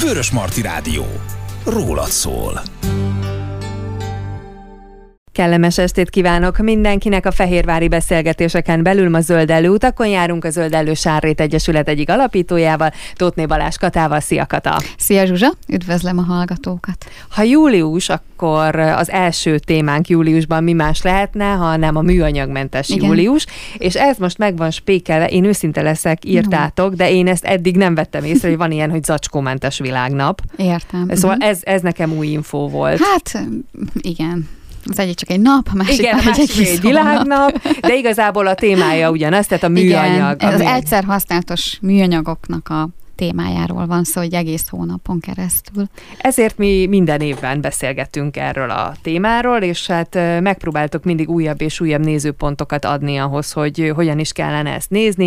Vörösmarty Rádió. Rólad szól. Kellemes estét kívánok mindenkinek! A fehérvári beszélgetéseken belül ma Zöldellő utakon járunk a Zöldellő Sárrét Egyesület egyik alapítójával, Tóthné Balázs Katával. Szia, Kata! Szia, Zsuzsa! Üdvözlöm a hallgatókat! Ha július, akkor az első témánk júliusban mi más lehetne, ha nem a műanyagmentes július, és ez most meg van spékelve, én őszinte leszek, írtátok, de én ezt eddig nem vettem észre, hogy van ilyen, hogy zacskómentes világnap. Értem. Szóval ez nekem új infó volt. Hát, igen. Az egyik csak egy nap, a másik igen, egy világnap, de igazából a témája ugyanaz, tehát a műanyag. Igen, az egyszer használatos műanyagoknak a témájáról van szó, hogy egész hónapon keresztül. Ezért mi minden évben beszélgetünk erről a témáról, és hát megpróbáltok mindig újabb és újabb nézőpontokat adni ahhoz, hogy hogyan is kellene ezt nézni,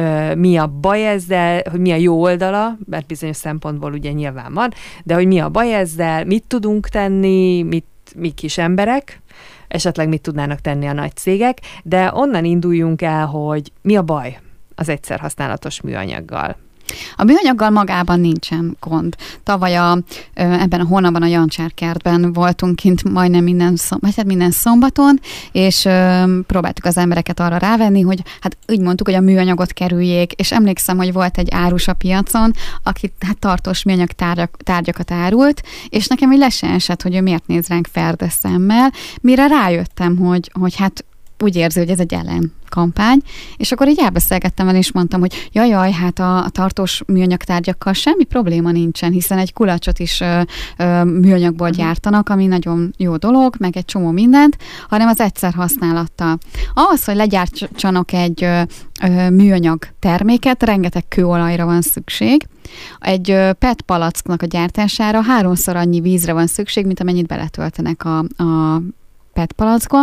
mi a baj ezzel, hogy mi a jó oldala, mert bizonyos szempontból ugye nyilván van, de hogy mi a baj ezzel, mit tudunk tenni, mi kis emberek, esetleg mit tudnának tenni a nagy cégek, de onnan induljunk el, hogy mi a baj az egyszer használatos műanyaggal. A műanyaggal magában nincsen gond. Tavaly ebben a hónapban a Jancsárkertben voltunk kint majdnem minden szombaton, és próbáltuk az embereket arra rávenni, hogy hát úgy mondtuk, hogy a műanyagot kerüljék, és emlékszem, hogy volt egy árus a piacon, aki hát tartós műanyag tárgyakat árult, és nekem így le se esett, hogy ő miért néz ránk ferde szemmel, mire rájöttem, hogy hát úgy érzi, hogy ez egy ellenkampány, és akkor így elbeszélgettem vele, és mondtam, hogy jaj, hát a tartós műanyagtárgyakkal semmi probléma nincsen, hiszen egy kulacsot is műanyagból gyártanak, ami nagyon jó dolog, meg egy csomó mindent, hanem az egyszer használattal. Ahhoz, hogy legyártsanak egy műanyag terméket, rengeteg kőolajra van szükség. Egy PET palacknak a gyártására 3-szor annyi vízre van szükség, mint amennyit beletöltenek a PET palackba.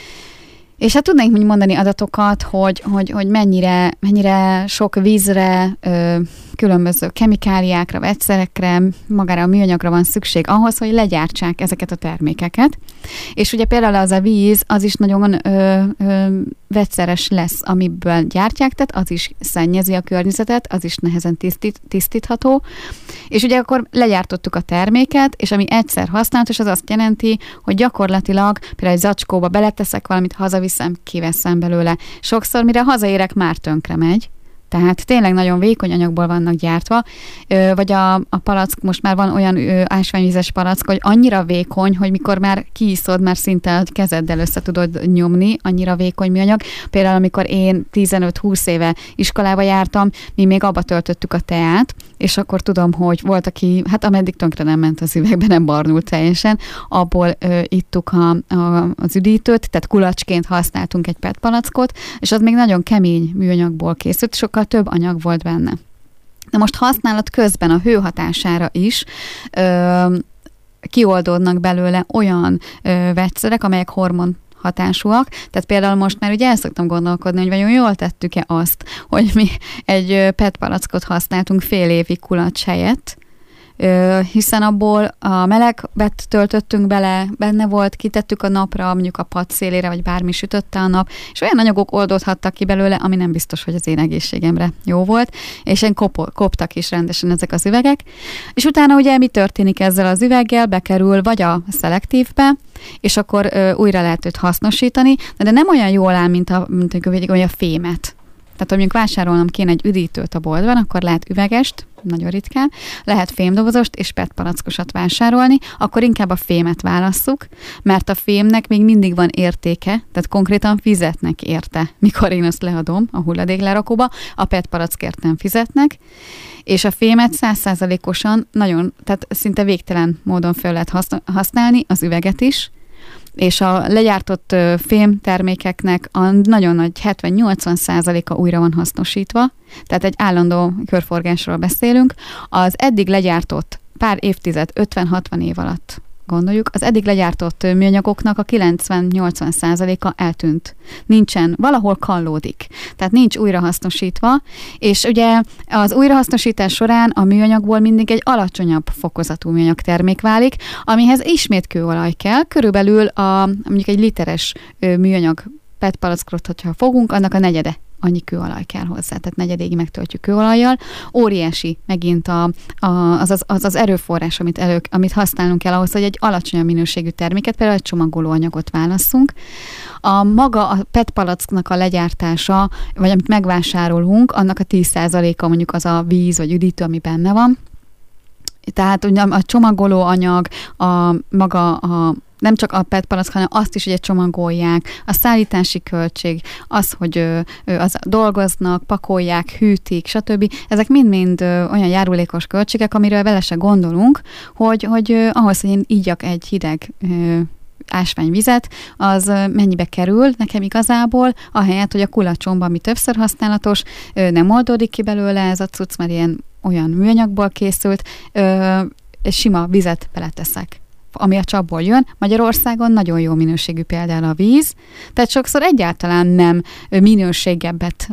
És hát tudnénk mondani adatokat, hogy mennyire sok vízre, különböző kemikáliákra, vegyszerekre, magára a műanyagra van szükség ahhoz, hogy legyártsák ezeket a termékeket. És ugye például az a víz, az is nagyon vegyszeres lesz, amiből gyártják, tehát az is szennyezi a környezetet, az is nehezen tisztítható. És ugye akkor legyártottuk a terméket, és ami egyszer használatos, az azt jelenti, hogy gyakorlatilag például egy zacskóba beleteszek valamit, hazaviszem, kiveszem belőle. Sokszor, mire hazaérek, már tönkre megy. Tehát tényleg nagyon vékony anyagból vannak gyártva, vagy a palack, most már van olyan ásványvizes palack, hogy annyira vékony, hogy mikor már kiiszod, már szinte a kezeddel össze tudod nyomni, annyira vékony műanyag. Például amikor én 15-20 éve iskolába jártam, mi még abba töltöttük a teát, és akkor tudom, hogy volt, aki, hát ameddig tönkre nem ment az üvegbe, nem barnult teljesen, abból ittuk az üdítőt, tehát kulacsként használtunk egy PET palackot, és az még nagyon kemény műanyagból készült, sokkal több anyag volt benne. Na most használat közben a hő hatására is kioldódnak belőle olyan vegyszerek, amelyek hormon hatásúak. Tehát például most már ugye el szoktam gondolkodni, hogy vajon jól tettük-e azt, hogy mi egy PET palackot használtunk fél évig kulacs helyett, hiszen abból a meleget töltöttünk bele, benne volt, kitettük a napra, mondjuk a pad szélére, vagy bármi sütötte a nap, és olyan anyagok oldódhattak ki belőle, ami nem biztos, hogy az én egészségemre jó volt, és én koptak is rendesen ezek az üvegek. És utána ugye mi történik ezzel az üveggel? Bekerül vagy a szelektívbe, és akkor újra lehet őt hasznosítani, de nem olyan jól áll, mint a fémet. Tehát, ha mondjuk vásárolnom kéne egy üdítőt a boltban, akkor lehet üvegest, nagyon ritkán, lehet fémdobozost és PET palackosat vásárolni, akkor inkább a fémet válasszuk, mert a fémnek még mindig van értéke, tehát konkrétan fizetnek érte, mikor én azt leadom a hulladéklerakóba, a PET palackért nem fizetnek, és a fémet 100%-osan nagyon, tehát szinte végtelen módon fel lehet használni, az üveget is, és a legyártott fém termékeknek a nagyon nagy 70-80%-a újra van hasznosítva, tehát egy állandó körforgásról beszélünk. Az eddig legyártott pár évtized, 50-60 év alatt gondoljuk, az eddig legyártott műanyagoknak a 90-80%-a eltűnt. Nincsen, valahol kallódik. Tehát nincs újrahasznosítva, és ugye az újrahasznosítás során a műanyagból mindig egy alacsonyabb fokozatú műanyagtermék válik, amihez ismét kőolaj kell, körülbelül mondjuk egy literes műanyag PET palackot, hogyha fogunk, annak a negyede annyi kőolaj kell hozzá, tehát negyedéig megtöltjük kőolajjal. Óriási megint az erőforrás, amit használnunk kell ahhoz, hogy egy alacsonyabb minőségű terméket, például egy csomagolóanyagot válasszunk. Maga a PET palacknak a legyártása, vagy amit megvásárolunk, annak a 10%-a mondjuk az a víz vagy üdítő, ami benne van. Tehát ugye a csomagolóanyag, nem csak a PET palack, hanem azt is ugye csomagolják, a szállítási költség, az, hogy dolgoznak, pakolják, hűtik, stb. Ezek mind-mind olyan járulékos költségek, amiről vele se gondolunk, hogy ahhoz, hogy én igyak egy hideg ásványvizet, az mennyibe kerül nekem igazából, ahelyett, hogy a kulacsomban, ami többször használatos, nem oldódik ki belőle ez a cucc, mert olyan műanyagból készült, sima vizet beleteszek, ami a csapból jön. Magyarországon nagyon jó minőségű például a víz, tehát sokszor egyáltalán nem minőségebbet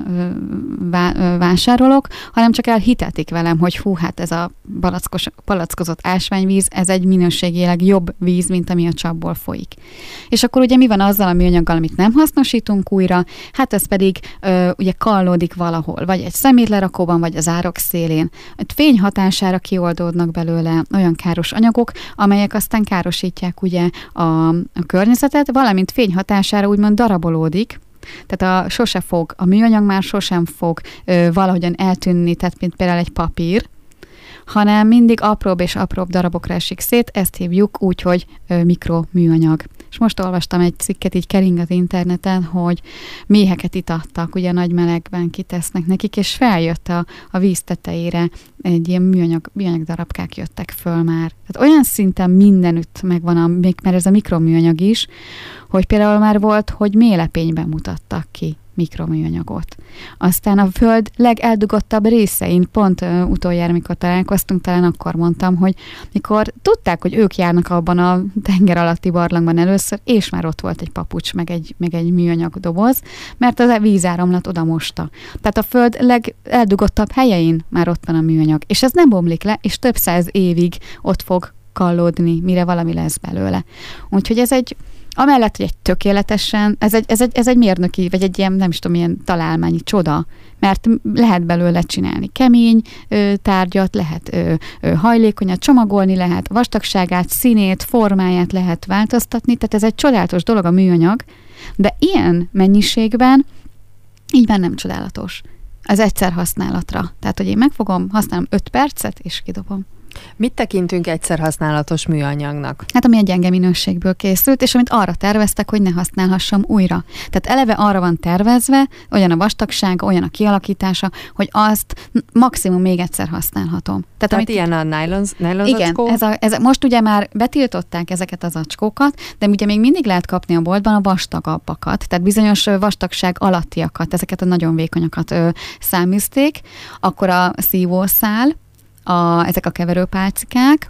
vásárolok, hanem csak elhitetik velem, hogy hát ez a palackozott ásványvíz, ez egy minőségileg jobb víz, mint ami a csapból folyik. És akkor ugye mi van azzal a műanyaggal, amit nem hasznosítunk újra? Hát ez pedig ugye kallódik valahol, vagy egy szemétlerakóban, vagy az árok szélén. Fény hatására kioldódnak belőle olyan káros anyagok, amelyek aztán károsítják ugye a környezetet, valamint fény hatására úgymond darabolódik, tehát a műanyag már sosem fog valahogyan eltűnni, tehát mint például egy papír, hanem mindig apróbb és apróbb darabokra esik szét, ezt hívjuk úgy, hogy mikroműanyag. És most olvastam egy cikket, így kering az interneten, hogy méheket itattak, ugye nagy melegben kitesznek nekik, és feljött a víz tetejére egy ilyen műanyag darabkák jöttek föl már. Tehát olyan szinten mindenütt megvan, mert ez a mikroműanyag is, hogy például már volt, hogy mélepényben mutattak ki mikroműanyagot. Aztán a Föld legeldugottabb részein, pont utoljára, mikor találkoztunk, talán akkor mondtam, hogy mikor tudták, hogy ők járnak abban a tenger alatti barlangban először, és már ott volt egy papucs, meg egy műanyag doboz, mert az a vízáramlat oda mosta. Tehát a Föld legeldugottabb helyein már ott van a műanyag, és ez nem bomlik le, és több száz évig ott fog kallódni, mire valami lesz belőle. Úgyhogy amellett, hogy egy tökéletesen, ez egy mérnöki, vagy egy ilyen, nem is tudom, ilyen találmányi csoda, mert lehet belőle csinálni kemény tárgyat, lehet hajlékonyat, csomagolni lehet, vastagságát, színét, formáját lehet változtatni, tehát ez egy csodálatos dolog a műanyag, de ilyen mennyiségben így már nem csodálatos. Ez egyszer használatra. Tehát, hogy én megfogom, használom 5 percet, és kidobom. Mit tekintünk egyszer használatos műanyagnak? Hát ami egy gyenge minőségből készült, és amit arra terveztek, hogy ne használhassam újra. Tehát eleve arra van tervezve, olyan a vastagsága, olyan a kialakítása, hogy azt maximum még egyszer használhatom. Tehát ilyen a nylon zacskó? Igen, most ugye már betiltották ezeket az zacskókat, de ugye még mindig lehet kapni a boltban a vastagabbakat, tehát bizonyos vastagság alattiakat, ezeket a nagyon vékonyakat száműzték, akkor a szívószál, ezek a keverőpálcikák,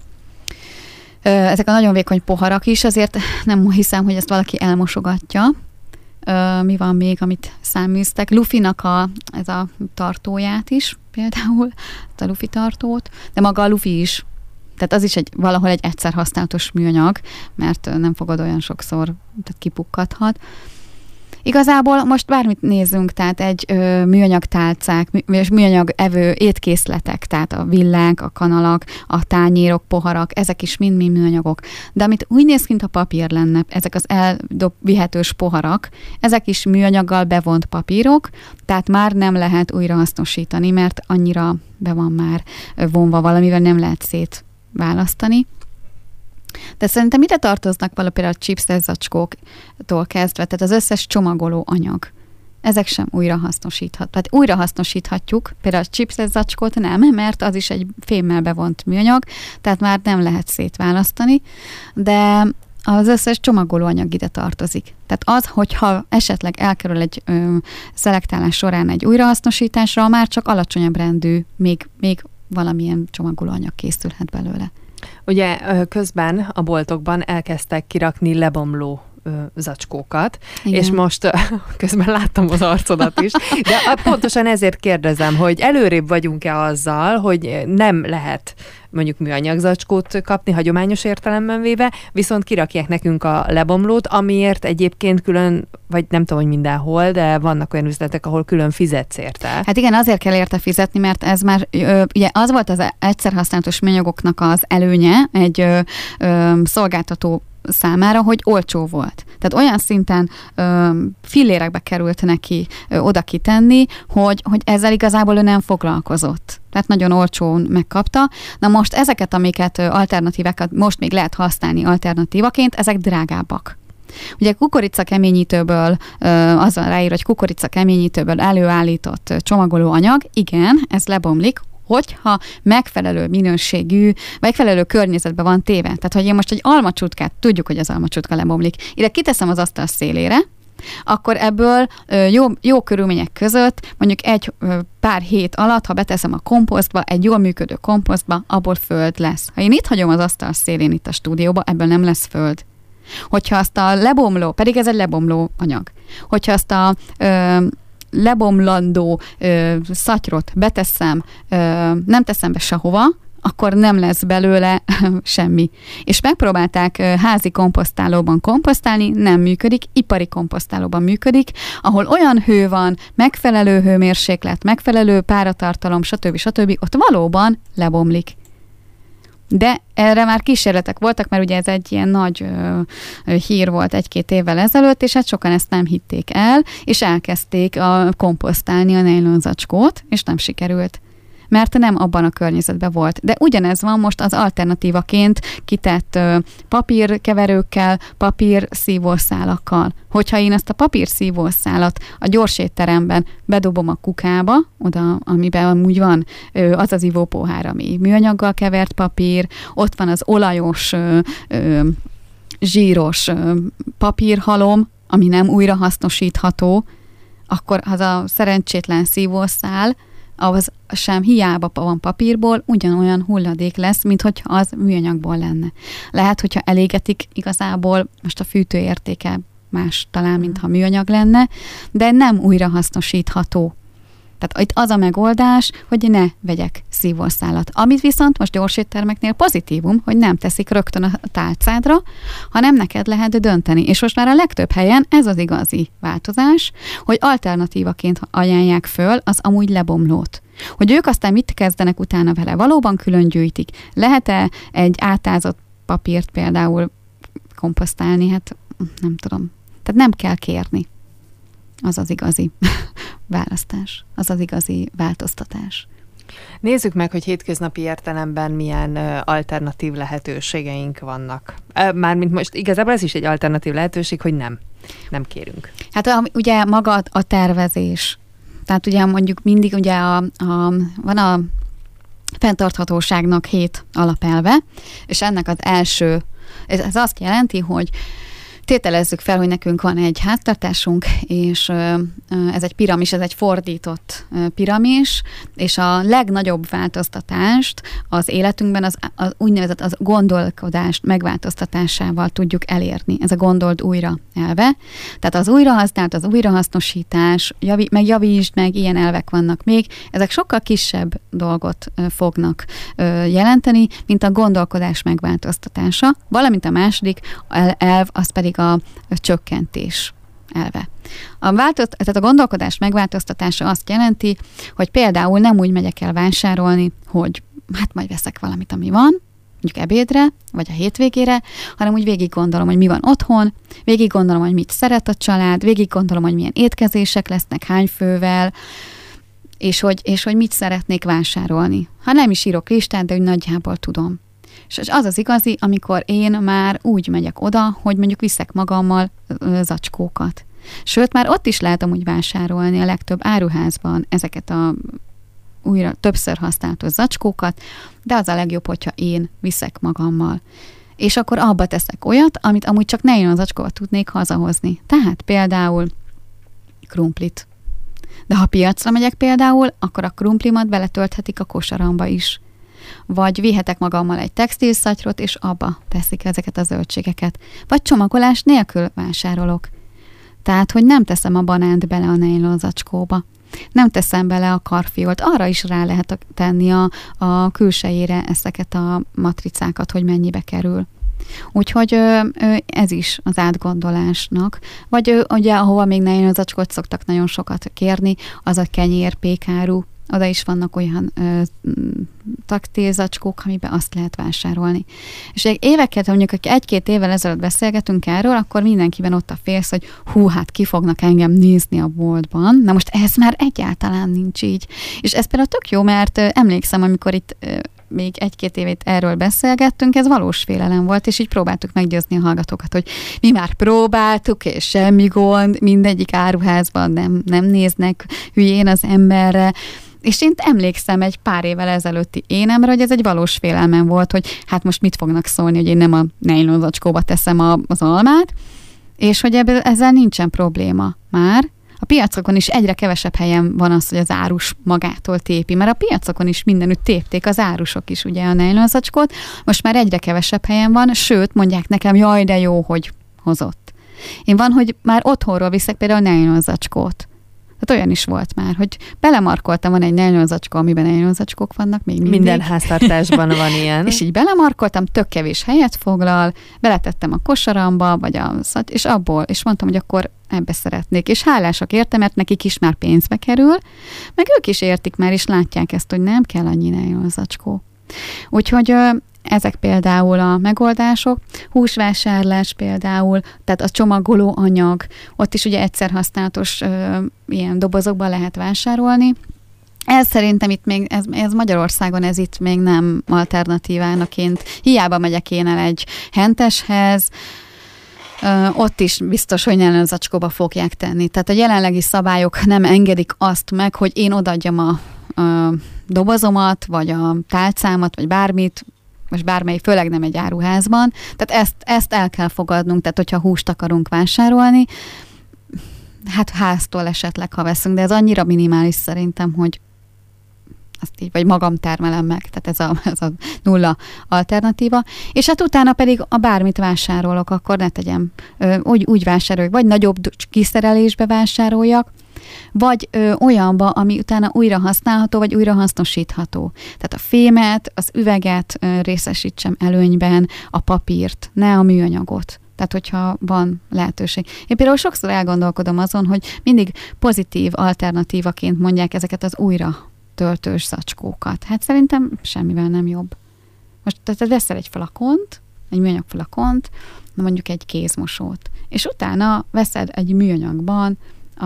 ezek a nagyon vékony poharak is, azért nem hiszem, hogy ezt valaki elmosogatja. Mi van még, amit száműztek? Lufinak ez a tartóját is, például, a lufi tartót, de maga a lufi is. Tehát az is valahol egy egyszer használatos műanyag, mert nem fogod olyan sokszor, tehát kipukkadhat. Igazából most bármit nézzünk, tehát egy műanyag tálcák, műanyag evő étkészletek, tehát a villák, a kanalak, a tányérok, poharak, ezek is mind-mind műanyagok. De amit úgy néz ki, mint a papír lenne, ezek az vihetős poharak, ezek is műanyaggal bevont papírok, tehát már nem lehet újrahasznosítani, mert annyira be van már vonva valamivel, nem lehet szétválasztani. De szerintem ide tartoznak például a chipses zacskóktól kezdve, tehát az összes csomagoló anyag. Ezek sem újrahasznosíthat. Tehát újrahasznosíthatjuk, például a chipses zacskót nem, mert az is egy fémmel bevont műanyag, tehát már nem lehet szétválasztani, de az összes csomagolóanyag ide tartozik. Tehát az, hogyha esetleg elkerül egy szelektálás során egy újrahasznosításra, már csak alacsonyabb rendű, még valamilyen csomagolóanyag készülhet belőle. Ugye közben a boltokban elkezdtek kirakni lebomló zacskókat, Igen. és most közben láttam az arcodat is, de pontosan ezért kérdezem, hogy előrébb vagyunk-e azzal, hogy nem lehet mondjuk műanyag zacskót kapni, hagyományos értelemben véve, viszont kirakják nekünk a lebomlót, amiért egyébként külön, vagy nem tudom, hogy mindenhol, de vannak olyan üzletek, ahol külön fizetsz érte. Hát igen, azért kell érte fizetni, mert ez már, ugye az volt az egyszerhasználatos műanyagoknak az előnye egy szolgáltató számára, hogy olcsó volt. Tehát olyan szinten fillérekbe került neki oda kitenni, hogy ezzel igazából ő nem foglalkozott. Tehát nagyon olcsón megkapta. Na most ezeket, amiket alternatívákat most még lehet használni alternatívaként, ezek drágábbak. Ugye kukoricakeményítőből, azon ráír, hogy kukoricakeményítőből előállított csomagolóanyag, igen, ez lebomlik, hogyha megfelelő minőségű, megfelelő környezetben van téve. Tehát, hogy én most egy almacsutkát, tudjuk, hogy az almacsutka lebomlik, ide kiteszem az asztal szélére, akkor ebből jó körülmények között, mondjuk egy pár hét alatt, ha beteszem a komposztba, egy jól működő komposztba, abból föld lesz. Ha én itt hagyom az asztal szélén itt a stúdióba, ebből nem lesz föld. Hogyha azt a lebomló, pedig ez egy lebomló anyag, hogyha azt a lebomlandó szatyrot beteszem, nem teszem be sehova, akkor nem lesz belőle semmi. És megpróbálták házi komposztálóban komposztálni, nem működik, ipari komposztálóban működik, ahol olyan hő van, megfelelő hőmérséklet, megfelelő páratartalom, stb. Ott valóban lebomlik. De erre már kísérletek voltak, mert ugye ez egy ilyen nagy hír volt 1-2 évvel ezelőtt, és hát sokan ezt nem hitték el, és elkezdték komposztálni a nejlonzacskót, és nem sikerült. Mert nem abban a környezetben volt. De ugyanez van most az alternatívaként kitett papírkeverőkkel, papírszívószálakkal. Hogyha én ezt a papírszívószálat a gyorsétteremben bedobom a kukába, oda, amiben amúgy van az az ivópohár, ami műanyaggal kevert papír, ott van az olajos, zsíros papírhalom, ami nem újrahasznosítható, akkor az a szerencsétlen szívószál, az sem hiába van papírból, ugyanolyan hulladék lesz, mint hogyha az műanyagból lenne. Lehet, hogyha elégetik, igazából most a fűtőértéke más talán, mintha műanyag lenne, de nem újrahasznosítható. Tehát itt az a megoldás, hogy ne vegyek szívószálat. Amit viszont most gyorséttermeknél pozitívum, hogy nem teszik rögtön a tálcádra, hanem neked lehet dönteni. És most már a legtöbb helyen ez az igazi változás, hogy alternatívaként ajánlják föl az amúgy lebomlót. Hogy ők aztán mit kezdenek utána vele, valóban külön gyűjtik. Lehet-e egy átázott papírt például komposztálni? Hát nem tudom. Tehát nem kell kérni. Az az igazi választás, az az igazi változtatás. Nézzük meg, hogy hétköznapi értelemben milyen alternatív lehetőségeink vannak. Mármint most igazából ez is egy alternatív lehetőség, hogy nem kérünk. Hát ugye maga a tervezés. Tehát ugye mondjuk mindig ugye van a fenntarthatóságnak 7 alapelve, és ennek az első, ez azt jelenti, hogy tételezzük fel, hogy nekünk van egy háztartásunk, és ez egy piramis, ez egy fordított piramis, és a legnagyobb változtatást az életünkben az úgynevezett az gondolkodást megváltoztatásával tudjuk elérni. Ez a gondold újra elve. Tehát az újrahasznált, az újrahasznosítás, javítsd meg, ilyen elvek vannak még. Ezek sokkal kisebb dolgot fognak jelenteni, mint a gondolkodás megváltoztatása, valamint a második elv, az pedig a csökkentés elve. Tehát a gondolkodás megváltoztatása azt jelenti, hogy például nem úgy megyek el vásárolni, hogy hát majd veszek valamit, ami van, mondjuk ebédre, vagy a hétvégére, hanem úgy végig gondolom, hogy mi van otthon, végig gondolom, hogy mit szeret a család, végig gondolom, hogy milyen étkezések lesznek, hány fővel, és hogy mit szeretnék vásárolni. Ha nem is írok listát, de úgy nagyjából tudom. És az az igazi, amikor én már úgy megyek oda, hogy mondjuk viszek magammal zacskókat. Sőt, már ott is lehet amúgy vásárolni a legtöbb áruházban ezeket a újra többször használatos zacskókat, de az a legjobb, hogyha én viszek magammal. És akkor abba teszek olyat, amit amúgy csak nejlon zacskóval tudnék hazahozni. Tehát például krumplit. De ha piacra megyek például, akkor a krumplimat beletölthetik a kosaramba is. vagy vihetek magammal egy textilszatyrot, és abba teszik ezeket a zöldségeket. Vagy csomagolás nélkül vásárolok. Tehát, hogy nem teszem a banánt bele a nejlon zacskóba. Nem teszem bele a karfiolt, arra is rá lehet tenni a külsejére ezeket a matricákat, hogy mennyibe kerül. Úgyhogy ez is az átgondolásnak. Vagy ugye, ahova még nejlon zacskót szoktak nagyon sokat kérni, az a kenyér, pékáru, oda is vannak olyan taktilzacskók, amiben azt lehet vásárolni. És éveket, mondjuk 1-2 évvel ezelőtt beszélgetünk erről, akkor mindenkiben ott a félsz, hogy hát ki fognak engem nézni a boltban. Na most ez már egyáltalán nincs így. És ez például tök jó, mert emlékszem, amikor itt még 1-2 évét erről beszélgettünk, ez valós félelem volt, és így próbáltuk meggyőzni a hallgatókat, hogy mi már próbáltuk, és semmi gond, mindegyik áruházban nem néznek hülyén az emberre. És én emlékszem egy pár évvel ezelőtti énemre, hogy ez egy valós félelmem volt, hogy hát most mit fognak szólni, hogy én nem a nejlon zacskóba teszem az almát, és hogy ezzel nincsen probléma már. A piacokon is egyre kevesebb helyen van az, hogy az árus magától tépi, mert a piacokon is mindenütt tépték az árusok is ugye a nejlon zacskót, most már egyre kevesebb helyen van, sőt mondják nekem, jaj, de jó, hogy hozott. Én van, hogy már otthonról viszek például nejlon zacskót. Tehát olyan is volt már, hogy belemarkoltam, van egy nejlon zacskó, amiben nejlon zacskók vannak még mindig. Minden háztartásban van ilyen. És így belemarkoltam, tök kevés helyet foglal, beletettem a kosaramba, és abból, és mondtam, hogy akkor ebbe szeretnék. És hálásak érte, mert nekik is már pénzbe kerül, meg ők is értik már, és látják ezt, hogy nem kell annyi nejlon zacskó. Úgyhogy ezek például a megoldások, húsvásárlás például, tehát a csomagoló anyag, ott is ugye egyszer használatos ilyen dobozokban lehet vásárolni. Ez szerintem itt még, ez Magyarországon ez itt még nem alternatívánaként. Hiába megyek én el egy henteshez, ott is biztos, hogy nejlon zacskóba fogják tenni. Tehát a jelenlegi szabályok nem engedik azt meg, hogy én odaadjam a dobozomat, vagy a tálcámat, vagy bármit, most bármelyik, főleg nem egy áruházban. Tehát ezt el kell fogadnunk, tehát hogyha húst akarunk vásárolni, hát háztól esetleg, ha veszünk, de ez annyira minimális szerintem, hogy azt így, vagy magam termelem meg, tehát ez a nulla alternatíva. És hát utána pedig, a bármit vásárolok, akkor ne tegyem, úgy vásároljak, vagy nagyobb kiszerelésbe vásároljak, vagy olyanba, ami utána újra használható, vagy újra hasznosítható. Tehát a fémet, az üveget részesítsem előnyben, a papírt, ne a műanyagot. Tehát, hogyha van lehetőség. Én például sokszor elgondolkodom azon, hogy mindig pozitív alternatívaként mondják ezeket az újra töltős zacskókat. Hát szerintem semmivel nem jobb. Most tehát veszel egy flakont, egy műanyag flakont, mondjuk egy kézmosót, és utána veszed egy műanyagban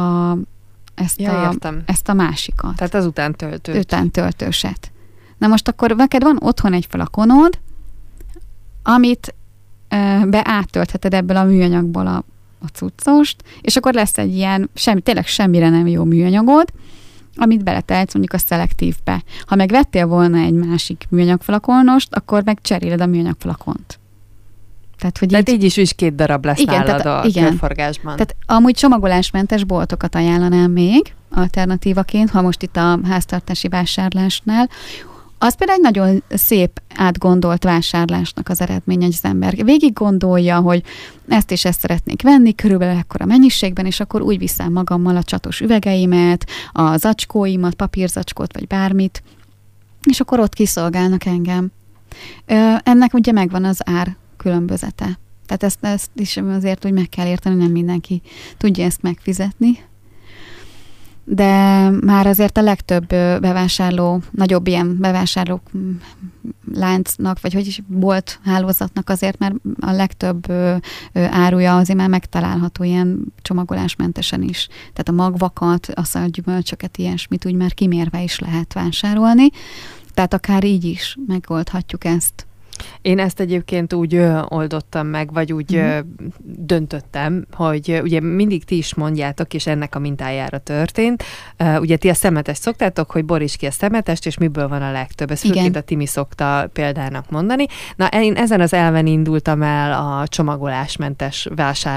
ezt a másikat. Tehát az utántöltőset. Na most akkor neked van otthon egy flakonod, amit áttöltheted ebből a műanyagból a cuccost, és akkor lesz egy ilyen, tényleg semmire nem jó műanyagod, amit beletehetsz mondjuk a szelektívbe. Ha meg vettél volna egy másik műanyagflakonost, akkor meg cseréled a műanyagflakont. Tehát így is 2 darab lesz nálad a körforgásban. Tehát amúgy csomagolásmentes boltokat ajánlanám még alternatívaként, ha most itt a háztartási vásárlásnál. Az például egy nagyon szép átgondolt vásárlásnak az eredménye, hogy az ember végig gondolja, hogy ezt és ezt szeretnék venni, körülbelül ekkora mennyiségben, és akkor úgy viszem magammal a csatos üvegeimet, a zacskóimat, papírzacskót, vagy bármit, és akkor ott kiszolgálnak engem. Ennek ugye megvan az ár különbözete. Tehát ezt is azért úgy meg kell érteni, nem mindenki tudja ezt megfizetni. De már azért a legtöbb nagyobb ilyen bevásárló láncnak, vagy hogy is bolt hálózatnak azért már a legtöbb áruja azért már megtalálható ilyen csomagolásmentesen is. Tehát a magvakat, a gyümölcsöket, ilyesmit úgy már kimérve is lehet vásárolni. Tehát akár így is megoldhatjuk ezt. Én ezt egyébként úgy oldottam meg, vagy úgy döntöttem, hogy ugye mindig ti is mondjátok, és ennek a mintájára történt. Ugye ti a szemetest szoktátok, hogy boríts ki a szemetest, és miből van a legtöbb. Ezt főként a Timi szokta példának mondani. Na, én ezen az elven indultam el a csomagolásmentes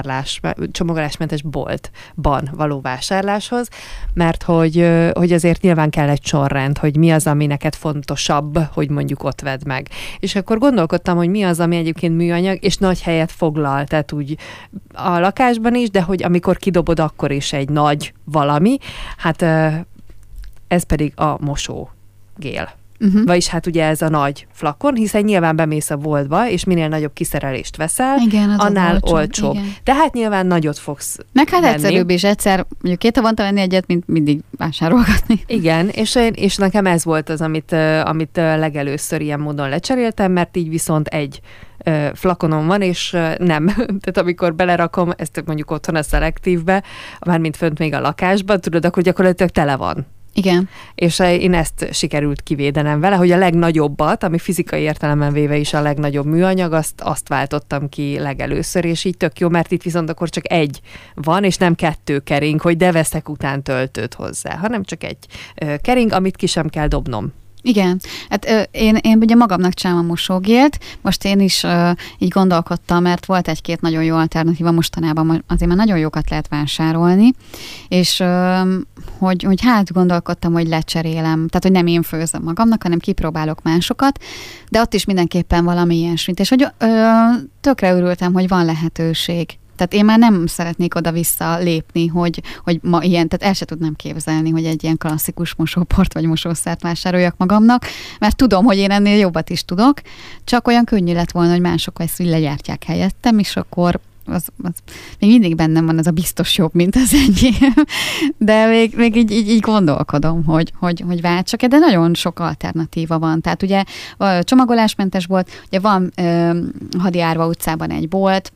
boltban való vásárláshoz, mert hogy azért nyilván kell egy sorrend, hogy mi az, ami neked fontosabb, hogy mondjuk ott vedd meg. És akkor gondolkodtam, hogy mi az, ami egyébként műanyag, és nagy helyet foglal, tehát úgy a lakásban is, de hogy amikor kidobod, akkor is egy nagy valami. Hát ez pedig a mosógél. Vagyis hát ugye ez a nagy flakon, hiszen nyilván bemész a boltba, és minél nagyobb kiszerelést veszel, igen, annál olcsóbb. Tehát nyilván nagyot fogsz meg hát venni. Egyszerűbb is egyszer, mondjuk 2 havonta venni egyet, mint mindig vásárolgatni. Igen, és nekem ez volt az, amit legelőször ilyen módon lecseréltem, mert így viszont egy flakonom van, és nem. Tehát amikor belerakom, ezt mondjuk otthon a szelektívbe, mármint fönt még a lakásban, tudod, akkor gyakorlatilag tele van. Igen. És én ezt sikerült kivédenem vele, hogy a legnagyobbat, ami fizikai értelemben véve is a legnagyobb műanyag, azt váltottam ki legelőször, és így tök jó, mert itt viszont akkor csak egy van, és nem 2 kering, hogy de veszek után töltőt hozzá, hanem csak egy kering, amit ki sem kell dobnom. Igen, hát én ugye magamnak csinálom a mosógélt, most én is így gondolkodtam, mert volt 1-2 nagyon jó alternatíva mostanában, azért már nagyon jókat lehet vásárolni, és hogy hát gondolkodtam, hogy lecserélem, tehát hogy nem én főzöm magamnak, hanem kipróbálok másokat, de ott is mindenképpen valami ilyesmit, és hogy tökre örültem, hogy van lehetőség. Tehát én már nem szeretnék oda-vissza lépni, hogy ma ilyen, tehát el se tudnám képzelni, hogy egy ilyen klasszikus mosóport vagy mosószert vásároljak magamnak, mert tudom, hogy én ennél jobbat is tudok, csak olyan könnyű lett volna, hogy mások hogy legyártják helyettem, és akkor az még mindig bennem van ez a biztos jobb, mint az enyém. De még így gondolkodom, hogy váltsak, de nagyon sok alternatíva van. Tehát ugye csomagolásmentes bolt, ugye van Hadi Árva utcában egy bolt,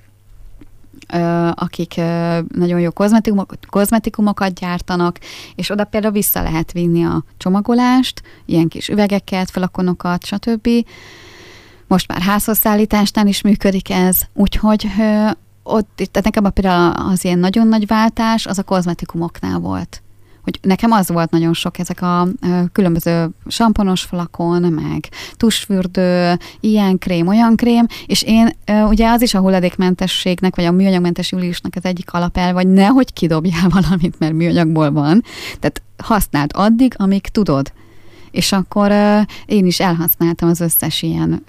akik nagyon jó kozmetikumokat gyártanak, és oda például vissza lehet vinni a csomagolást, ilyen kis üvegeket, flakonokat, stb. Most már házhozszállításnál is működik ez, úgyhogy ott, tehát nekem például az ilyen nagyon nagy váltás, az a kozmetikumoknál volt. Hogy nekem az volt nagyon sok, ezek a különböző samponos flakon, meg tusfürdő, ilyen krém, olyan krém, és én ugye az is a hulladékmentességnek, vagy a műanyagmentes júliusnak az egyik alapelv, vagy nehogy kidobjál valamit, mert műanyagból van. Tehát használd addig, amíg tudod. És akkor én is elhasználtam az összes ilyen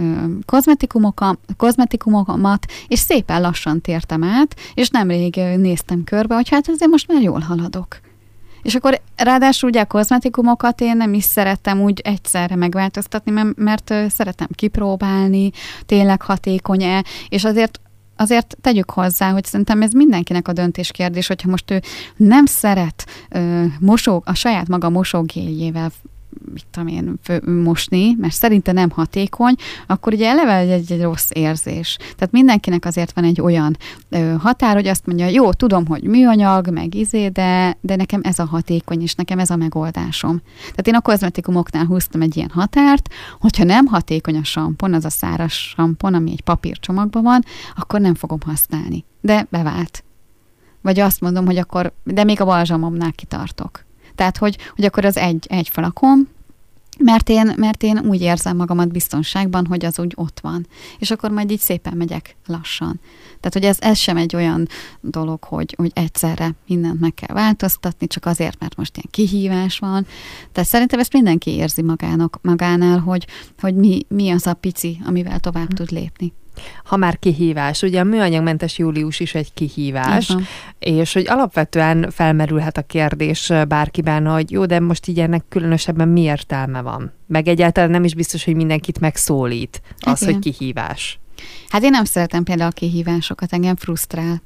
kozmetikumokat, és szépen lassan tértem át, és nemrég néztem körbe, hogy hát azért most már jól haladok. És akkor ráadásul ugye a kozmetikumokat én nem is szerettem úgy egyszerre megváltoztatni, mert szeretem kipróbálni, tényleg hatékony-e, és azért tegyük hozzá, hogy szerintem ez mindenkinek a döntéskérdés, hogyha most ő nem szeret a saját maga mosógéljével mit tudom én, mosni, mert szerinte nem hatékony, akkor ugye eleve egy rossz érzés. Tehát mindenkinek azért van egy olyan határ, hogy azt mondja, jó, tudom, hogy műanyag, meg de nekem ez a hatékony, és nekem ez a megoldásom. Tehát én a kozmetikumoknál húztam egy ilyen határt, hogyha nem hatékony a sampon, az a száraz sampon, ami egy papírcsomagban van, akkor nem fogom használni. De bevált. Vagy azt mondom, hogy akkor, de még a balzsamomnál kitartok. Tehát, hogy akkor az egy flakon, mert én úgy érzem magamat biztonságban, hogy az úgy ott van. És akkor majd így szépen megyek lassan. Tehát, hogy ez sem egy olyan dolog, hogy egyszerre mindent meg kell változtatni, csak azért, mert most ilyen kihívás van. Tehát szerintem ezt mindenki érzi magánál, hogy mi az a pici, amivel tovább tud lépni. Ha már kihívás, ugye a műanyagmentes július is egy kihívás, és hogy alapvetően felmerülhet a kérdés bárkiben, hogy jó, de most így ennek különösebben mi értelme van? Meg egyáltalán nem is biztos, hogy mindenkit megszólít az, hogy kihívás. Hát én nem szeretem például a kihívásokat, engem frusztrál,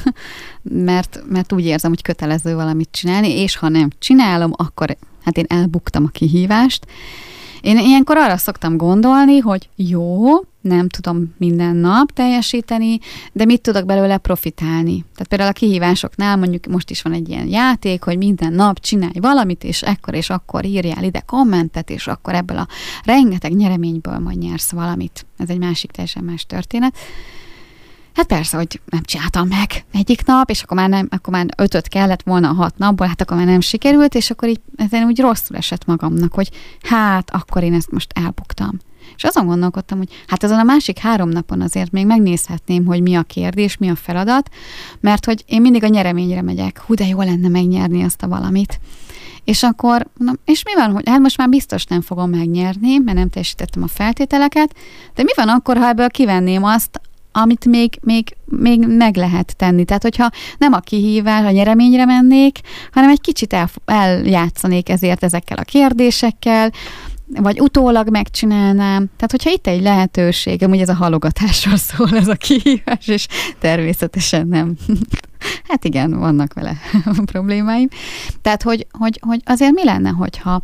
mert úgy érzem, hogy kötelező valamit csinálni, és ha nem csinálom, akkor hát én elbuktam a kihívást. Én ilyenkor arra szoktam gondolni, hogy jó, nem tudom minden nap teljesíteni, de mit tudok belőle profitálni. Tehát például a kihívásoknál mondjuk most is van egy ilyen játék, hogy minden nap csinálj valamit, és akkor írjál ide kommentet, és akkor ebből a rengeteg nyereményből majd nyersz valamit. Ez egy másik teljesen más történet. Hát persze, hogy nem csináltam meg egyik nap, és akkor már 5 kellett volna a 6 napból, hát akkor már nem sikerült, és akkor így ezen úgy rosszul esett magamnak, hogy hát akkor én ezt most elbuktam. És azon gondolkodtam, hogy hát azon a másik 3 napon azért még megnézhetném, hogy mi a kérdés, mi a feladat, mert hogy én mindig a nyereményre megyek. Hú, de jó lenne megnyerni azt a valamit. És akkor, és mi van, hogy hát most már biztos nem fogom megnyerni, mert nem teljesítettem a feltételeket, de mi van akkor, ha ebből kivenném azt, amit még meg lehet tenni. Tehát, hogyha nem a kihívás, a nyereményre mennék, hanem egy kicsit eljátszanék ezekkel a kérdésekkel, vagy utólag megcsinálnám. Tehát, hogyha itt egy lehetőség, amúgy ez a halogatásról szól, ez a kihívás, és természetesen nem. Hát igen, vannak vele problémáim. Tehát, hogy azért mi lenne, hogyha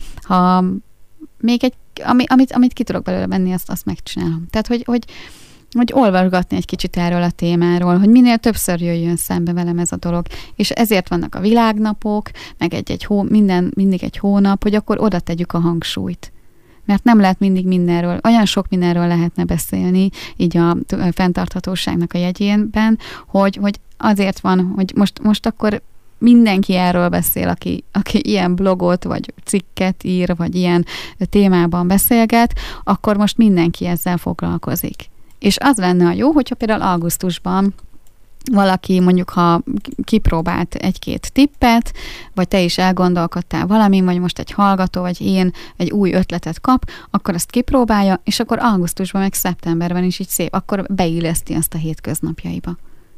még egy, amit ki tudok belőle venni, azt megcsinálom. Tehát, hogy olvasgatni egy kicsit erről a témáról, hogy minél többször jöjjön szembe velem ez a dolog. És ezért vannak a világnapok, meg mindig egy hónap, hogy akkor oda tegyük a hangsúlyt. Mert nem lehet mindig mindenről, olyan sok mindenről lehetne beszélni, így a fenntarthatóságnak a jegyében, hogy azért van, hogy most akkor mindenki erről beszél, aki ilyen blogot, vagy cikket ír, vagy ilyen témában beszélget, akkor most mindenki ezzel foglalkozik. És az lenne a jó, hogyha például augusztusban valaki mondjuk, ha kipróbált 1-2 tippet, vagy te is elgondolkodtál valamin, vagy most egy hallgató, vagy én egy új ötletet kap, akkor azt kipróbálja, és akkor augusztusban, meg szeptemberben is így szép, akkor beilleszti azt a hétköznapjaiba.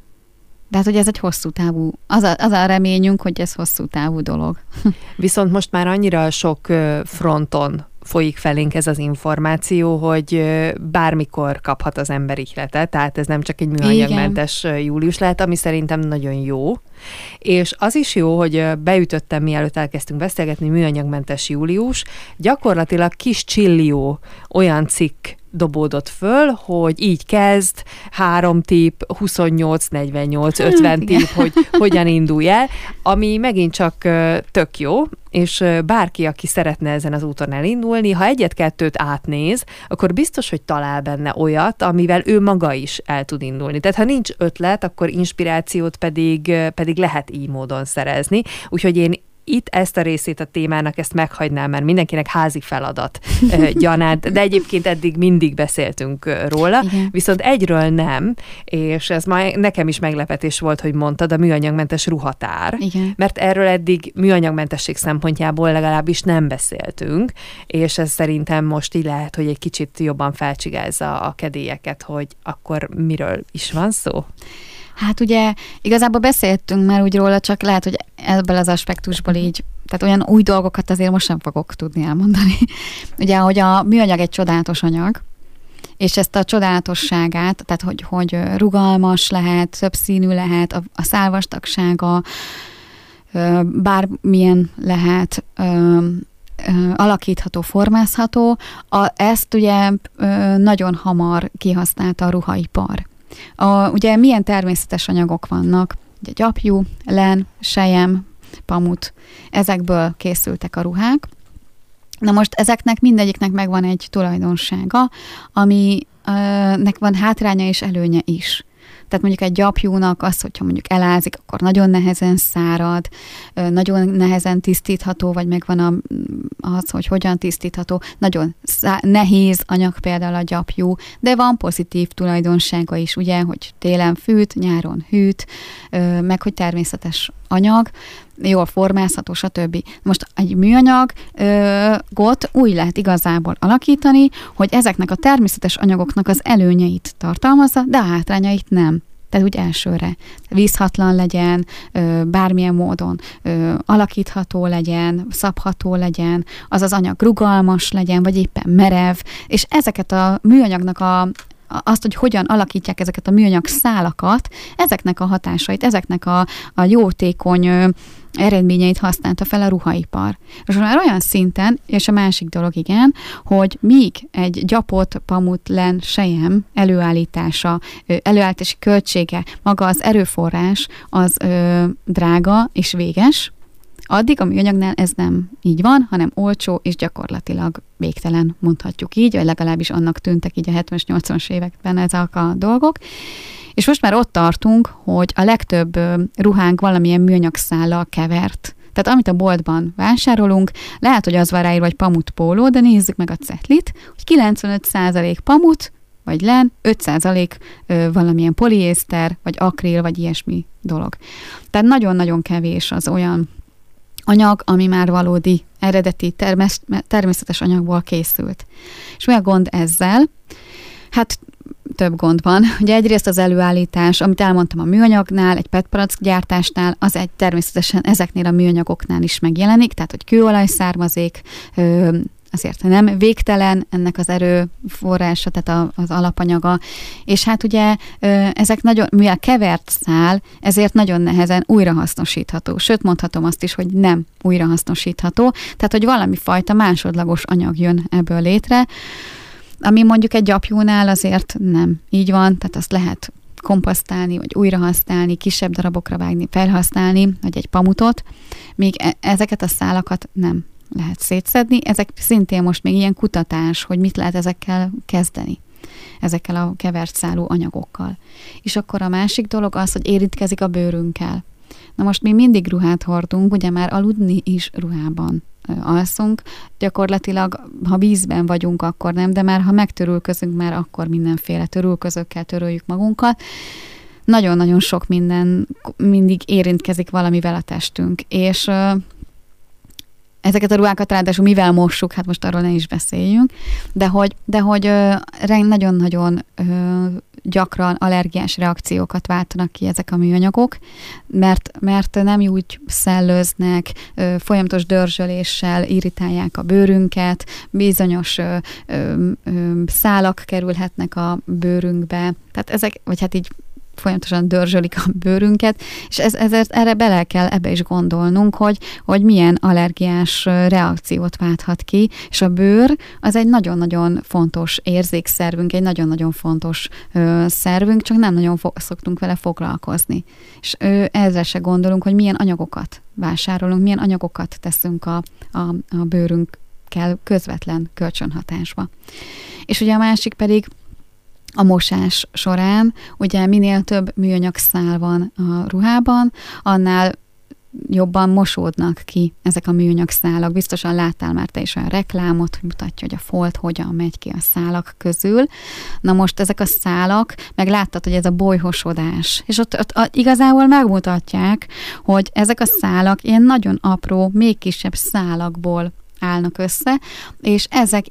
De hát, hogy ez egy hosszú távú, az a reményünk, hogy ez hosszú távú dolog. Viszont most már annyira sok fronton folyik felénk ez az információ, hogy bármikor kaphat az ember ihletet, tehát ez nem csak egy műanyagmentes július lehet, ami szerintem nagyon jó. És az is jó, hogy beütöttem, mielőtt elkezdtünk beszélgetni, műanyagmentes július, gyakorlatilag kis csillió olyan cikk dobódott föl, hogy így kezd, 3 tipp, 28, 48, 50 tipp, hogy hogyan indulj el, ami megint csak tök jó, és bárki, aki szeretne ezen az úton elindulni, ha 1-2 átnéz, akkor biztos, hogy talál benne olyat, amivel ő maga is el tud indulni. Tehát ha nincs ötlet, akkor inspirációt pedig lehet így módon szerezni. Úgyhogy én itt ezt a részét a témának ezt meghagynám, mert mindenkinek házi feladat gyanánt, de egyébként eddig mindig beszéltünk róla, igen. Viszont egyről nem, és ez már nekem is meglepetés volt, hogy mondtad, a műanyagmentes ruhatár, igen. Mert erről eddig műanyagmentesség szempontjából legalábbis nem beszéltünk, és ez szerintem most így lehet, hogy egy kicsit jobban felcsigázza a kedélyeket, hogy akkor miről is van szó? Hát ugye igazából beszéltünk már úgy róla, csak lehet, hogy ebből az aspektusból így, tehát olyan új dolgokat azért most sem fogok tudni elmondani. Ugye, hogy a műanyag egy csodálatos anyag, és ezt a csodálatosságát, tehát hogy rugalmas lehet, többszínű lehet, a szálvastagsága bármilyen lehet, alakítható, formázható, ezt ugye nagyon hamar kihasználta a ruhaipar. Ugye milyen természetes anyagok vannak? Ugye gyapjú, len, selyem, pamut. Ezekből készültek a ruhák. Na most ezeknek mindegyiknek megvan egy tulajdonsága, aminek van hátránya és előnye is. Tehát mondjuk egy gyapjúnak az, hogyha mondjuk elázik, akkor nagyon nehezen szárad, nagyon nehezen tisztítható, vagy megvan az, hogy hogyan tisztítható. Nagyon nehéz anyag például a gyapjú, de van pozitív tulajdonsága is, ugye, hogy télen fűt, nyáron hűt, meg hogy természetes anyag, jól formázható, stb. Most egy műanyagot úgy lehet igazából alakítani, hogy ezeknek a természetes anyagoknak az előnyeit tartalmazza, de a hátrányait nem. Tehát úgy elsőre vízhatlan legyen, bármilyen módon alakítható legyen, szabható legyen, az anyag rugalmas legyen, vagy éppen merev, és ezeket a műanyagnak azt, hogy hogyan alakítják ezeket a műanyag szálakat, ezeknek a hatásait, ezeknek a jótékony eredményeit használta fel a ruhaipar. És már olyan szinten, és a másik dolog igen, hogy míg egy gyapot, pamut, len, sejem előállítási költsége, maga az erőforrás, az drága és véges, addig a műanyagnál ez nem így van, hanem olcsó és gyakorlatilag végtelen, mondhatjuk így, vagy legalábbis annak tűntek így a 70-es, 80-as években ezek a dolgok. És most már ott tartunk, hogy a legtöbb ruhánk valamilyen műanyag szállal kevert. Tehát amit a boltban vásárolunk, lehet, hogy az van ráírva, vagy pamut póló, de nézzük meg a cetlit, hogy 95% pamut, vagy len, 5% valamilyen poliészter, vagy akril, vagy ilyesmi dolog. Tehát nagyon-nagyon kevés az olyan anyag, ami már valódi, eredeti, természetes anyagból készült. És mi a gond ezzel? Hát több gond van. Ugye egyrészt az előállítás, amit elmondtam a műanyagnál, egy PET gyártásnál, az egy természetesen ezeknél a műanyagoknál is megjelenik, tehát hogy kőolaj származék, azért nem végtelen ennek az erőforrása, tehát az alapanyaga, és hát ugye ezek nagyon, mivel kevert szál, ezért nagyon nehezen újrahasznosítható. Sőt, mondhatom azt is, hogy nem újrahasznosítható, tehát hogy valami fajta másodlagos anyag jön ebből létre, ami mondjuk egy gyapjúnál azért nem így van, tehát azt lehet komposztálni, vagy újrahasználni, kisebb darabokra vágni, felhasználni, vagy egy pamutot, míg ezeket a szálakat nem lehet szétszedni. Ezek szintén most még ilyen kutatás, hogy mit lehet ezekkel kezdeni, ezekkel a kevert szálú anyagokkal. És akkor a másik dolog az, hogy érintkezik a bőrünkkel. Na most mi mindig ruhát hordunk, ugye már aludni is ruhában alszunk. Gyakorlatilag, ha vízben vagyunk, akkor nem, de már ha megtörülközünk, már akkor mindenféle törülközőkkel töröljük magunkat. Nagyon-nagyon sok minden mindig érintkezik valamivel a testünk, és ezeket a ruhákat ráadásul mivel mossuk, hát most arról ne is beszéljünk, de hogy nagyon-nagyon gyakran allergiás reakciókat váltanak ki ezek a műanyagok, mert nem úgy szellőznek, folyamatos dörzsöléssel irritálják a bőrünket, bizonyos szálak kerülhetnek a bőrünkbe, tehát ezek, vagy hát így folyamatosan dörzsölik a bőrünket, és ezért erre bele kell ebbe is gondolnunk, hogy milyen allergiás reakciót válthat ki, és a bőr az egy nagyon-nagyon fontos érzékszervünk, egy nagyon-nagyon fontos szervünk, csak nem nagyon szoktunk vele foglalkozni. És ezre se gondolunk, hogy milyen anyagokat vásárolunk, milyen anyagokat teszünk a bőrünkkel közvetlen kölcsönhatásba. És ugye a másik pedig a mosás során, ugye minél több műanyag szál van a ruhában, annál jobban mosódnak ki ezek a műanyag szálak. Biztosan láttál már te is olyan reklámot, hogy mutatja, hogy a folt hogyan megy ki a szálak közül. Na most ezek a szálak, meg láttad, hogy ez a bolyhosodás. És ott igazából megmutatják, hogy ezek a szálak ilyen nagyon apró, még kisebb szálakból állnak össze, és ezek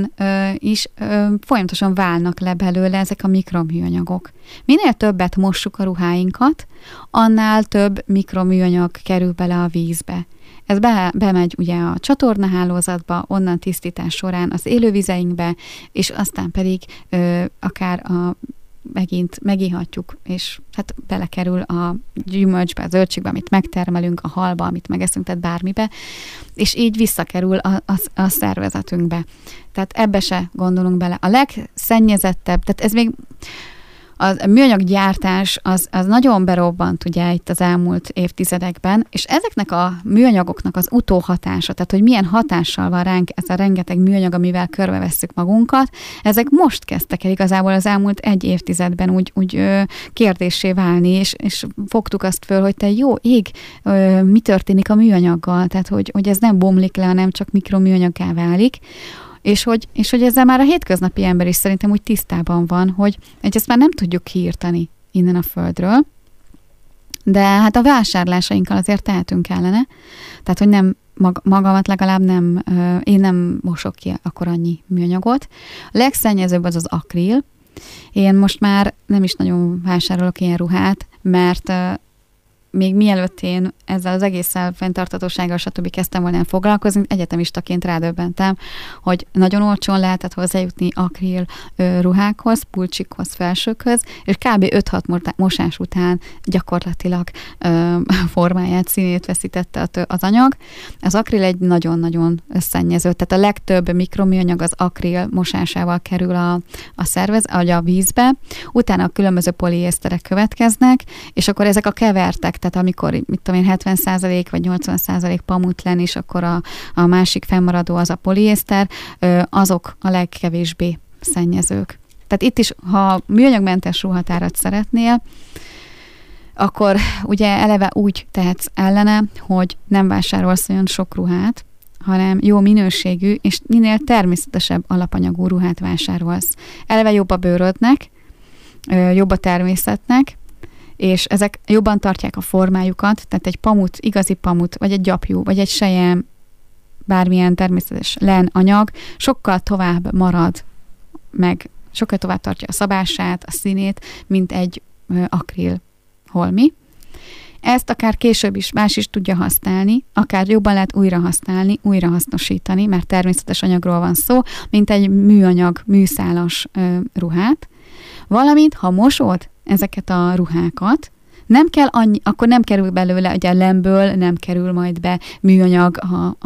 folyamatosan válnak le belőle ezek a mikroműanyagok. Minél többet mossuk a ruháinkat, annál több mikroműanyag kerül bele a vízbe. Ez bemegy ugye a csatornahálózatba, onnan tisztítás során az élővizeinkbe, és aztán pedig akár megint megihatjuk, és hát belekerül a gyümölcsbe, a zöldségbe, amit megtermelünk, a halba, amit megeszünk, tehát bármibe, és így visszakerül a szervezetünkbe. Tehát ebbe se gondolunk bele. A legszennyezettebb, tehát ez még a műanyaggyártás az nagyon berobbant ugye itt az elmúlt évtizedekben, és ezeknek a műanyagoknak az utóhatása, tehát hogy milyen hatással van ránk ez a rengeteg műanyag, amivel körbevesszük magunkat, ezek most kezdtek el igazából az elmúlt egy évtizedben úgy kérdéssé válni, és fogtuk azt föl, hogy te jó ég, mi történik a műanyaggal, tehát hogy ez nem bomlik le, hanem csak mikroműanyaggá válik. És hogy ezzel már a hétköznapi ember is szerintem úgy tisztában van, hogy ezt már nem tudjuk kiírtani innen a földről, de hát a vásárlásainkkal azért tehetünk kellene, tehát hogy nem magamat legalább én nem mosok ki akkor annyi műanyagot. A legszennyezőbb az akril. Én most már nem is nagyon vásárolok ilyen ruhát, mert még mielőtt én ezzel az egésszel fenntarthatósággal, stb. Kezdtem volna foglalkozni, egyetemistaként rádöbbentem, hogy nagyon olcsón lehetett hozzájutni akril ruhákhoz, pulcsikhoz, felsőkhöz, és kb. 5-6 mosás után gyakorlatilag formáját, színét veszítette az anyag. Az akril egy nagyon-nagyon szennyező, tehát a legtöbb mikroműanyag az akril mosásával kerül a vízbe, utána a különböző poliészterek következnek, és akkor ezek a kevertek, tehát amikor, mit tudom én, 70% vagy 80% pamutlen, és akkor a másik fennmaradó az a poliészter, azok a legkevésbé szennyezők. Tehát itt is, ha műanyagmentes ruhatárat szeretnél, akkor ugye eleve úgy tehetsz ellene, hogy nem vásárolsz olyan sok ruhát, hanem jó minőségű, és minél természetesebb alapanyagú ruhát vásárolsz. Eleve jobb a bőrödnek, jobb a természetnek, és ezek jobban tartják a formájukat, tehát egy pamut, igazi pamut, vagy egy gyapjú, vagy egy sejem, bármilyen természetes len anyag, sokkal tovább marad, meg sokkal tovább tartja a szabását, a színét, mint egy akril holmi. Ezt akár később is más is tudja használni, akár jobban lehet újra használni, újra hasznosítani, mert természetes anyagról van szó, mint egy műanyag, műszálas ruhát. Valamint, ha mosod ezeket a ruhákat, nem kell annyi, akkor nem kerül belőle, ugye a lemből nem kerül majd be műanyag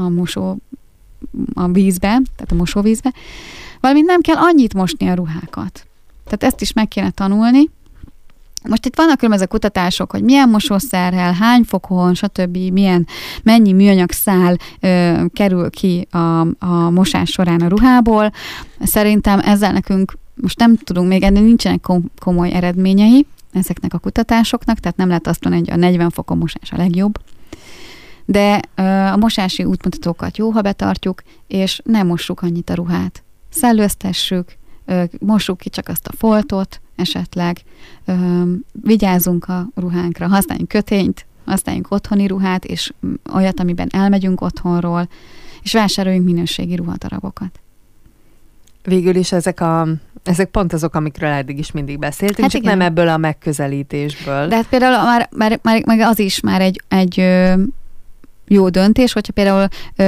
a vízbe, tehát a mosóvízbe, valamint nem kell annyit mosni a ruhákat. Tehát ezt is meg kéne tanulni. Most itt vannak különböző kutatások, hogy milyen mosószerrel, hány fokon, stb. Mennyi műanyag szál kerül ki a mosás során a ruhából. Szerintem ezzel nekünk most nem tudunk, még ennél nincsenek komoly eredményei ezeknek a kutatásoknak, tehát nem lehet azt mondani, hogy a 40 fokon mosás a legjobb. De a mosási útmutatókat jó, ha betartjuk, és nem mossuk annyit a ruhát. Szellőztessük, mossuk ki csak azt a foltot, esetleg vigyázzunk a ruhánkra, használjunk kötényt, használjunk otthoni ruhát, és olyat, amiben elmegyünk otthonról, és vásároljunk minőségi ruhadarabokat. Végül is ezek pont azok, amikről eddig is mindig beszéltünk, hát csak igen. Nem ebből a megközelítésből. De hát például már az is már egy jó döntés, hogyha például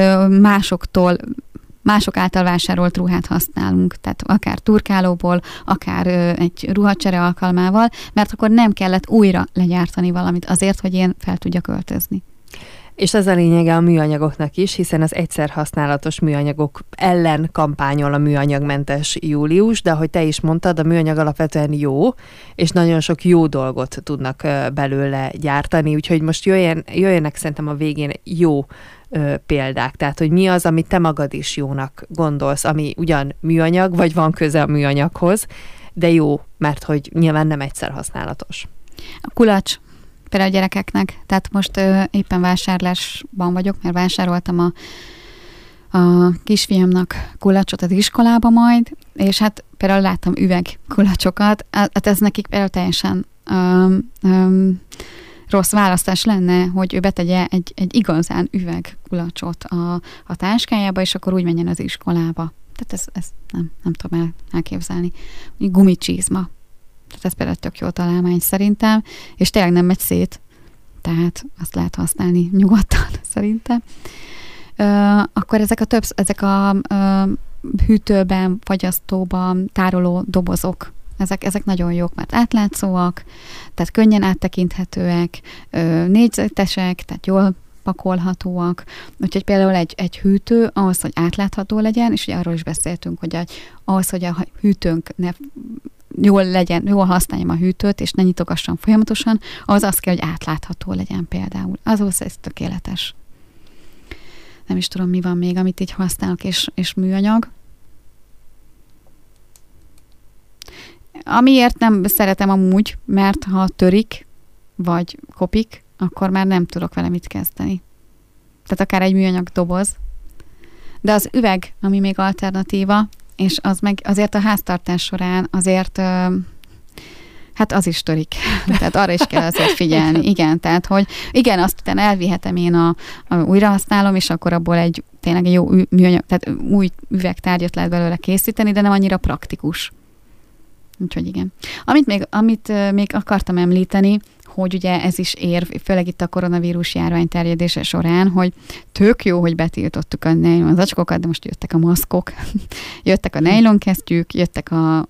mások által vásárolt ruhát használunk, tehát akár turkálóból, akár egy ruhacsere alkalmával, mert akkor nem kellett újra legyártani valamit azért, hogy én fel tudjak öltözni. És ez a lényege a műanyagoknak is, hiszen az egyszer használatos műanyagok ellen kampányol a műanyagmentes július, de ahogy te is mondtad, a műanyag alapvetően jó, és nagyon sok jó dolgot tudnak belőle gyártani, úgyhogy most jöjjenek szerintem a végén jó példák, tehát hogy mi az, amit te magad is jónak gondolsz, ami ugyan műanyag, vagy van köze a műanyaghoz, de jó, mert hogy nyilván nem egyszer használatos. A kulacs például a gyerekeknek, tehát most éppen vásárlásban vagyok, mert vásároltam a kisfiamnak kulacsot az iskolába majd, és hát például láttam üvegkulacsokat, hát ez nekik például teljesen rossz választás lenne, hogy ő betegye egy igazán üvegkulacsot a táskájába, és akkor úgy menjen az iskolába. Tehát ez nem tudom elképzelni. Gumicsizma. Tehát ez például tök jó találmány szerintem, és tényleg nem megy szét, tehát azt lehet használni nyugodtan szerintem. Akkor ezek a hűtőben, fagyasztóban tároló dobozok, ezek nagyon jók, mert átlátszóak, tehát könnyen áttekinthetőek, négyzetesek, tehát jól pakolhatóak. Úgyhogy például egy hűtő ahhoz, hogy átlátható legyen, és ugye arról is beszéltünk, hogy ahhoz, hogy a hűtőnk ne jól legyen, jól használjam a hűtőt, és ne nyitogassam folyamatosan, az kell, hogy átlátható legyen például. Azhoz ez tökéletes. Nem is tudom, mi van még, amit így használok, és műanyag. Amiért nem szeretem amúgy, mert ha törik, vagy kopik, akkor már nem tudok vele mit kezdeni. Tehát akár egy műanyag doboz. De az üveg, ami még alternatíva, és az meg azért a háztartás során azért, hát az is törik. Tehát arra is kell azért figyelni. Igen, tehát hogy igen, azt utána elvihetem én újra használom, és akkor abból tényleg egy jó műanyag, tehát új üvegtárgyat lehet belőle készíteni, de nem annyira praktikus. Úgyhogy igen. Amit még akartam említeni, hogy ugye ez is érv, főleg itt a koronavírus járvány terjedése során, hogy tök jó, hogy betiltottuk a nejlon zacskókat, de most jöttek a maszkok, jöttek a nejlonkesztyűk, jöttek a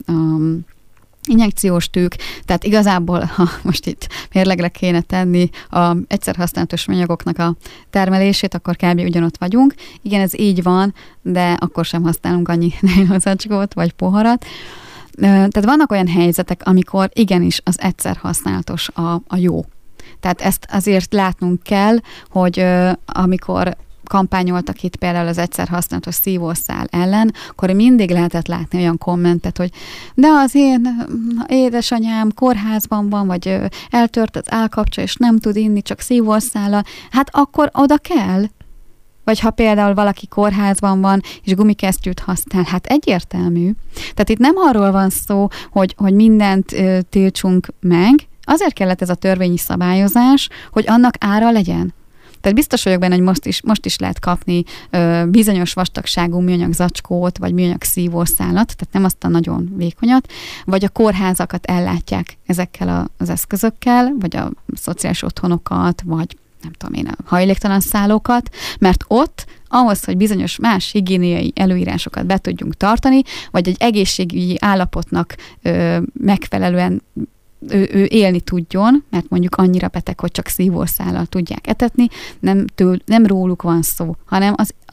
injekciós tűk, tehát igazából, ha most itt mérlegre kéne tenni a egyszer használatos műanyagoknak a termelését, akkor kb. Ugyanott vagyunk. Igen, ez így van, de akkor sem használunk annyi nejlonzacskót vagy poharat. Tehát vannak olyan helyzetek, amikor igenis az egyszer használatos a jó. Tehát ezt azért látnunk kell, hogy amikor kampányoltak itt például az egyszer használatos szívószál ellen, akkor mindig lehetett látni olyan kommentet, hogy de az én édesanyám kórházban van, vagy eltört az állkapcsa, és nem tud inni, csak szívószállal. Hát akkor oda kell. Vagy ha például valaki kórházban van, és gumikesztyűt használ, hát egyértelmű. Tehát itt nem arról van szó, hogy mindent tiltsunk meg, azért kellett ez a törvényi szabályozás, hogy annak ára legyen. Tehát biztos vagyok benne, hogy most is lehet kapni bizonyos vastagságú műanyag zacskót, vagy műanyag szívószálat, tehát nem azt a nagyon vékonyat, vagy a kórházakat ellátják ezekkel az eszközökkel, vagy a szociális otthonokat, vagy nem tudom én, a hajléktalan szállókat, mert ott ahhoz, hogy bizonyos más higiéniai előírásokat be tudjunk tartani, vagy egy egészségügyi állapotnak megfelelően ő élni tudjon, mert mondjuk annyira beteg, hogy csak szívószállal tudják etetni, nem róluk van szó, hanem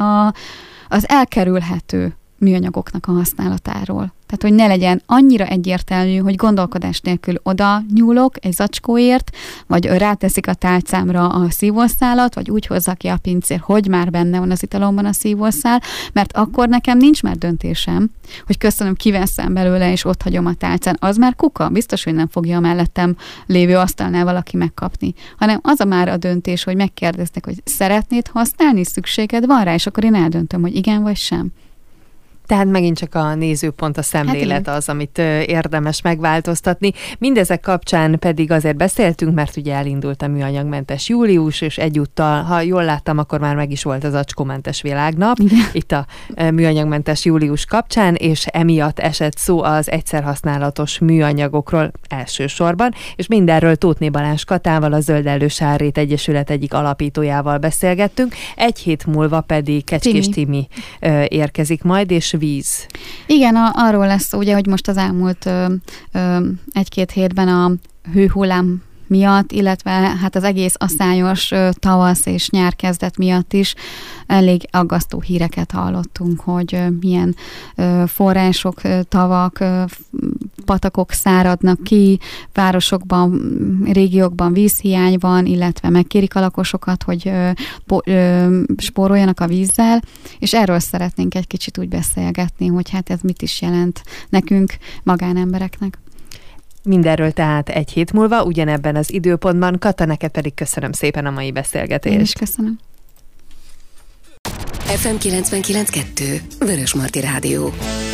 az elkerülhető műanyagoknak a használatáról. Tehát, hogy ne legyen annyira egyértelmű, hogy gondolkodás nélkül oda nyúlok egy zacskóért, vagy ráteszik a tálcámra a szívószálat, vagy úgy hozza ki a pincér, hogy már benne van az italomban a szívószál, mert akkor nekem nincs már döntésem, hogy köszönöm, kiveszem belőle, és ott hagyom a tálcán. Az már kuka, biztos, hogy nem fogja a mellettem lévő asztalnál valaki megkapni, hanem az a már a döntés, hogy megkérdeznek, hogy szeretnéd használni, szükséged van rá, és akkor én eldöntöm, hogy igen vagy sem. Tehát megint csak a nézőpont, a szemlélet az, amit érdemes megváltoztatni. Mindezek kapcsán pedig azért beszéltünk, mert ugye elindult a műanyagmentes július, és egyúttal, ha jól láttam, akkor már meg is volt az zacskómentes világnap, itt a műanyagmentes július kapcsán, és emiatt esett szó az egyszerhasználatos műanyagokról elsősorban, és mindenről Tóthné Balázs Katával, a Zöldellő Sárrét Egyesület egyik alapítójával beszélgettünk. Egy hét múlva pedig Kecskés Timi érkezik majd, és víz. Igen, arról lesz szó, ugye, hogy most az elmúlt egy-két hétben a hőhullám miatt, illetve hát az egész asszályos tavasz és nyár kezdet miatt is elég aggasztó híreket hallottunk, hogy milyen források, tavak, patakok száradnak ki, városokban, régiókban vízhiány van, illetve megkérik a lakosokat, hogy spóroljanak a vízzel, és erről szeretnénk egy kicsit úgy beszélgetni, hogy hát ez mit is jelent nekünk, magánembereknek. Mindenről tehát egy hét múlva, ugyanebben az időpontban. Kata, neked pedig köszönöm szépen a mai beszélgetést. Én is köszönöm. FM 99.2 Vörösmarty Rádió.